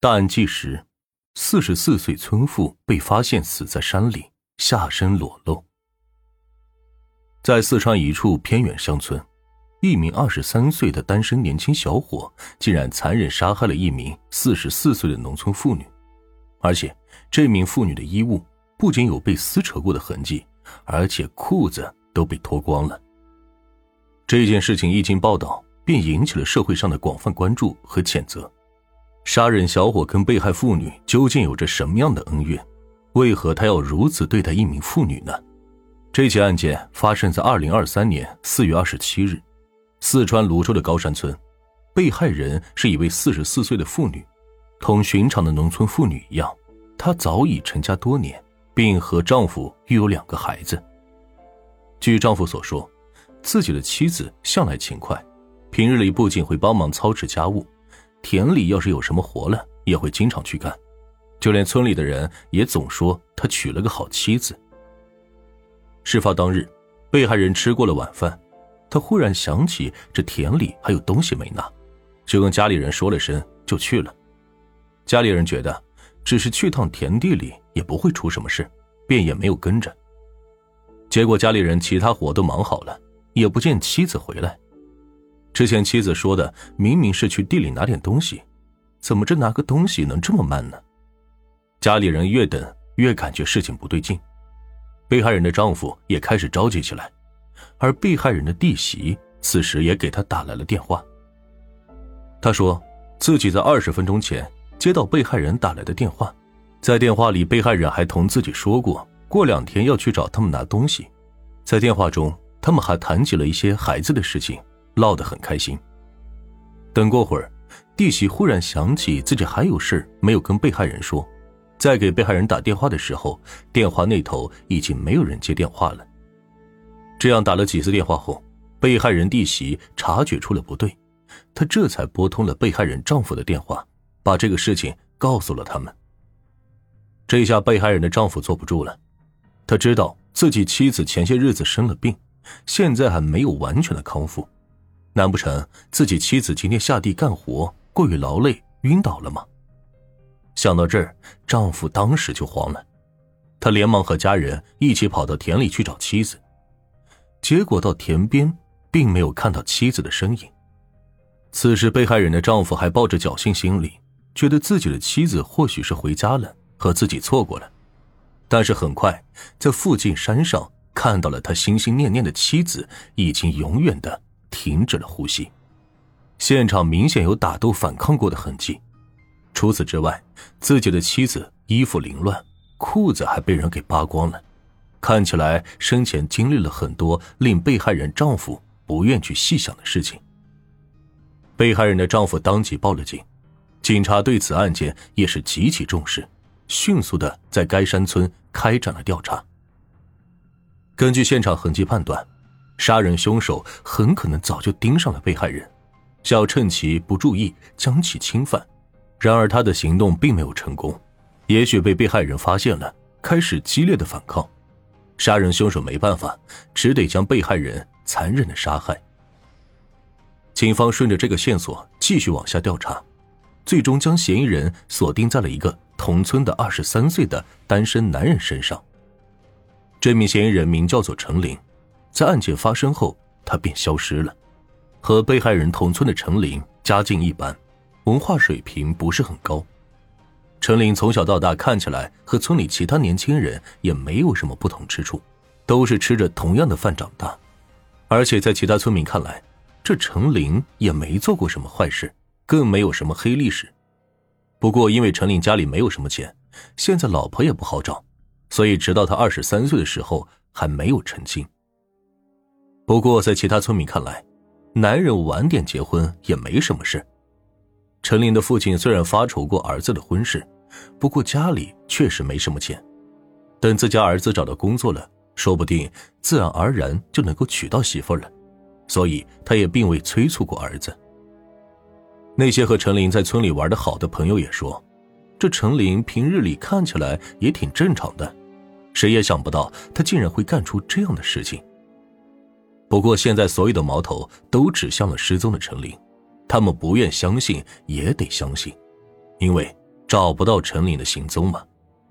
大案纪实：44岁村妇被发现死在山里，下身裸露。在四川一处偏远乡村，一名23岁的单身年轻小伙竟然残忍杀害了一名44岁的农村妇女，而且这名妇女的衣物不仅有被撕扯过的痕迹，而且裤子都被脱光了。这件事情一经报道，便引起了社会上的广泛关注和谴责。杀人小伙跟被害妇女究竟有着什么样的恩怨？为何他要如此对待一名妇女呢？这起案件发生在2023年4月27日，四川泸州的高山村。被害人是一位44岁的妇女，同寻常的农村妇女一样，她早已成家多年，并和丈夫育有2个孩子。据丈夫所说，自己的妻子向来勤快，平日里不仅会帮忙操持家务，田里要是有什么活了也会经常去干，就连村里的人也总说他娶了个好妻子。事发当日，被害人吃过了晚饭，他忽然想起这田里还有东西没拿，就跟家里人说了声就去了。家里人觉得只是去趟田地里也不会出什么事，便也没有跟着。结果家里人其他活都忙好了，也不见妻子回来。之前妻子说的明明是去地里拿点东西，怎么这拿个东西能这么慢呢？家里人越等越感觉事情不对劲，被害人的丈夫也开始着急起来，而被害人的弟媳此时也给他打来了电话。他说自己在20分钟前接到被害人打来的电话，在电话里被害人还同自己说过2天要去找他们拿东西。在电话中他们还谈起了一些孩子的事情，唠得很开心。等过会儿，弟媳忽然想起自己还有事没有跟被害人说，在给被害人打电话的时候，电话那头已经没有人接电话了。这样打了几次电话后，被害人弟媳察觉出了不对，她这才拨通了被害人丈夫的电话，把这个事情告诉了他们。这下被害人的丈夫坐不住了，他知道自己妻子前些日子生了病，现在还没有完全的康复，难不成自己妻子今天下地干活过于劳累晕倒了吗？想到这儿，丈夫当时就慌了，他连忙和家人一起跑到田里去找妻子，结果到田边并没有看到妻子的身影。此时被害人的丈夫还抱着侥幸心理，觉得自己的妻子或许是回家了，和自己错过了。但是很快在附近山上看到了他心心念念的妻子已经永远的停止了呼吸，现场明显有打斗反抗过的痕迹。除此之外，自己的妻子衣服凌乱，裤子还被人给扒光了，看起来生前经历了很多令被害人丈夫不愿去细想的事情。被害人的丈夫当即报了警，警察对此案件也是极其重视，迅速的在该山村开展了调查。根据现场痕迹判断，杀人凶手很可能早就盯上了被害人，想要趁其不注意将其侵犯。然而他的行动并没有成功，也许被害人发现了，开始激烈的反抗。杀人凶手没办法，只得将被害人残忍的杀害。警方顺着这个线索继续往下调查，最终将嫌疑人锁定在了一个同村的23岁的单身男人身上。这名嫌疑人名叫做陈林，在案件发生后他便消失了。和被害人同村的陈林家境一般，文化水平不是很高。陈林从小到大看起来和村里其他年轻人也没有什么不同之处，都是吃着同样的饭长大。而且在其他村民看来，这陈林也没做过什么坏事，更没有什么黑历史。不过因为陈林家里没有什么钱，现在老婆也不好找，所以直到他23岁的时候还没有成亲。不过在其他村民看来，男人晚点结婚也没什么事。陈林的父亲虽然发愁过儿子的婚事，不过家里确实没什么钱，等自家儿子找到工作了，说不定自然而然就能够娶到媳妇了，所以他也并未催促过儿子。那些和陈林在村里玩得好的朋友也说，这陈林平日里看起来也挺正常的，谁也想不到他竟然会干出这样的事情。不过现在所有的矛头都指向了失踪的陈林，他们不愿相信也得相信，因为找不到陈林的行踪吗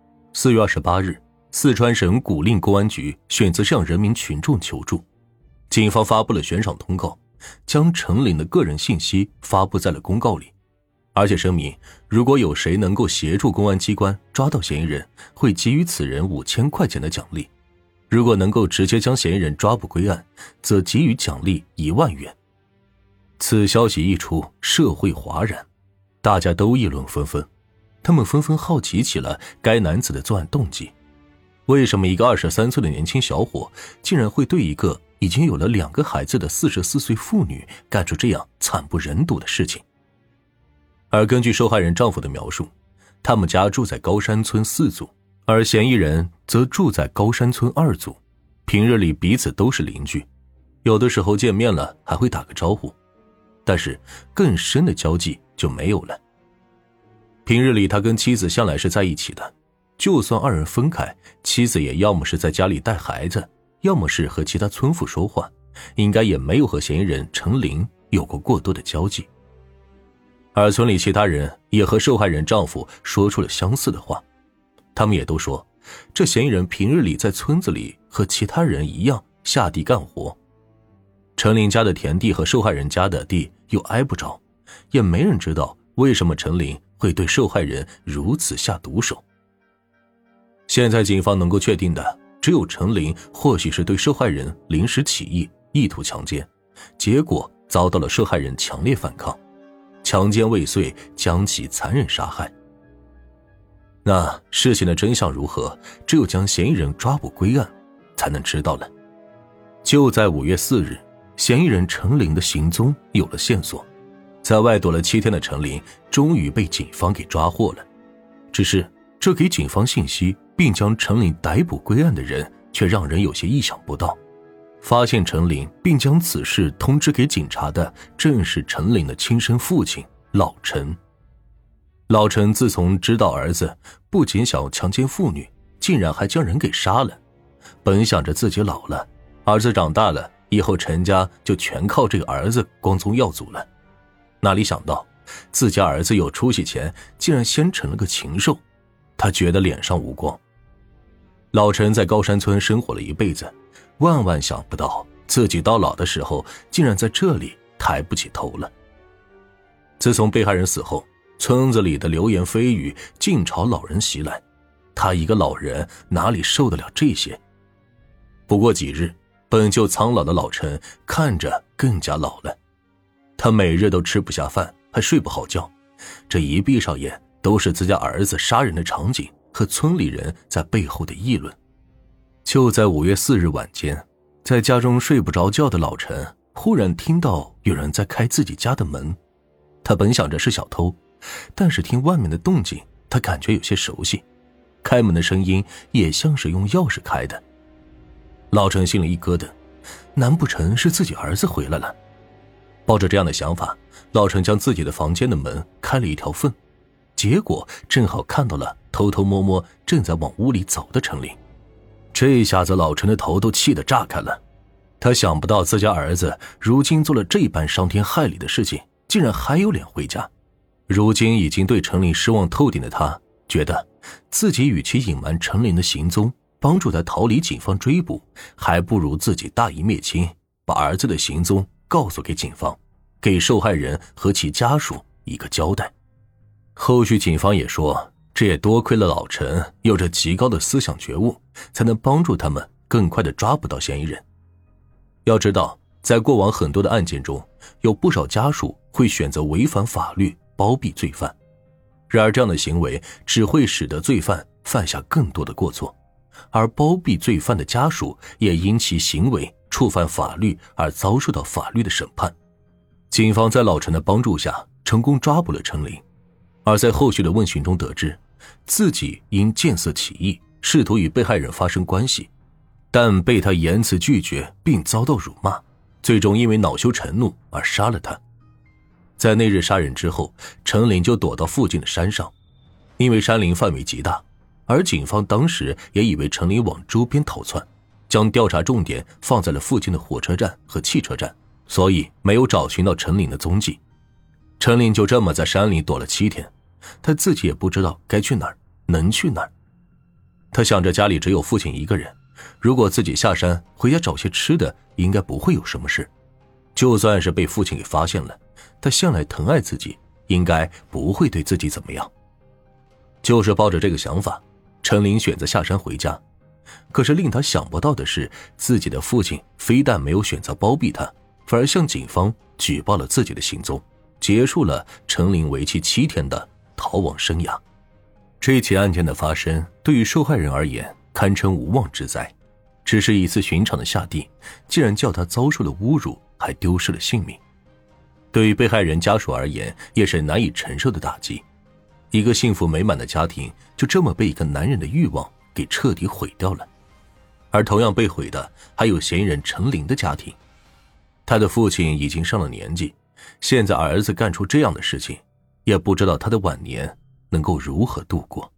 ？4月28日，四川省古蔺公安局选择向人民群众求助，警方发布了悬赏通告，将陈林的个人信息发布在了公告里，而且声明，如果有谁能够协助公安机关抓到嫌疑人，会给予此人5000块钱的奖励，如果能够直接将嫌疑人抓捕归案，则给予奖励1万元。此消息一出，社会哗然，大家都议论纷纷，他们纷纷好奇起了该男子的作案动机。为什么一个23岁的年轻小伙竟然会对一个已经有了2个孩子的44岁妇女干出这样惨不忍睹的事情？而根据受害人丈夫的描述，他们家住在高山村4组，而嫌疑人则住在高山村2组，平日里彼此都是邻居，有的时候见面了还会打个招呼，但是更深的交际就没有了。平日里他跟妻子向来是在一起的，就算2人分开，妻子也要么是在家里带孩子，要么是和其他村妇说话，应该也没有和嫌疑人陈林有过过多的交际。而村里其他人也和受害人丈夫说出了相似的话，他们也都说，这嫌疑人平日里在村子里和其他人一样下地干活，陈林家的田地和受害人家的地又挨不着，也没人知道为什么陈林会对受害人如此下毒手。现在警方能够确定的只有陈林或许是对受害人临时起意，意图强奸，结果遭到了受害人强烈反抗，强奸未遂，将其残忍杀害。那事情的真相如何，只有将嫌疑人抓捕归案才能知道了。就在5月4日，嫌疑人陈林的行踪有了线索，在外躲了7天的陈林终于被警方给抓获了。只是这给警方信息并将陈林逮捕归案的人却让人有些意想不到。发现陈林并将此事通知给警察的正是陈林的亲生父亲老陈。老陈自从知道儿子不仅想强奸妇女，竟然还将人给杀了，本想着自己老了，儿子长大了以后陈家就全靠这个儿子光宗耀祖了，哪里想到自家儿子有出息前竟然先成了个禽兽，他觉得脸上无光。老陈在高山村生活了一辈子，万万想不到自己到老的时候竟然在这里抬不起头了。自从被害人死后，村子里的流言蜚语尽朝老人袭来，他一个老人哪里受得了这些？不过几日，本就苍老的老陈看着更加老了，他每日都吃不下饭，还睡不好觉，这一闭上眼都是自家儿子杀人的场景和村里人在背后的议论。就在5月4日晚间，在家中睡不着觉的老陈忽然听到有人在开自己家的门，他本想着是小偷，但是听外面的动静，他感觉有些熟悉，开门的声音也像是用钥匙开的。老陈心里一咯噔，难不成是自己儿子回来了？抱着这样的想法，老陈将自己的房间的门开了一条缝，结果正好看到了偷偷摸摸正在往屋里走的陈林。这下子老陈的头都气得炸开了，他想不到自家儿子如今做了这般伤天害理的事情，竟然还有脸回家。如今已经对陈林失望透顶的他，觉得自己与其隐瞒陈林的行踪，帮助他逃离警方追捕，还不如自己大义灭亲，把儿子的行踪告诉给警方，给受害人和其家属一个交代。后续警方也说，这也多亏了老陈有着极高的思想觉悟，才能帮助他们更快地抓捕到嫌疑人。要知道，在过往很多的案件中，有不少家属会选择违反法律包庇罪犯，然而这样的行为只会使得罪犯犯下更多的过错，而包庇罪犯的家属也因其行为触犯法律而遭受到法律的审判。警方在老陈的帮助下成功抓捕了陈林，而在后续的问询中得知，自己因见色起意，试图与被害人发生关系，但被他严词拒绝并遭到辱骂，最终因为恼羞成怒而杀了他。在那日杀人之后，陈林就躲到附近的山上，因为山林范围极大，而警方当时也以为陈林往周边逃窜，将调查重点放在了附近的火车站和汽车站，所以没有找寻到陈林的踪迹。陈林就这么在山里躲了7天， 他自己也不知道该去哪儿，能去哪儿。他想着家里只有父亲一个人，如果自己下山回家找些吃的，应该不会有什么事。就算是被父亲给发现了，他向来疼爱自己，应该不会对自己怎么样。就是抱着这个想法，陈琳选择下山回家。可是令他想不到的是，自己的父亲非但没有选择包庇他，反而向警方举报了自己的行踪，结束了陈琳为期7天的逃亡生涯。这起案件的发生，对于受害人而言堪称无妄之灾。只是一次寻常的下地，竟然叫他遭受了侮辱，还丢失了性命。对于被害人家属而言，也是难以承受的打击。一个幸福美满的家庭，就这么被一个男人的欲望给彻底毁掉了。而同样被毁的，还有嫌疑人陈琳的家庭。他的父亲已经上了年纪，现在儿子干出这样的事情，也不知道他的晚年能够如何度过。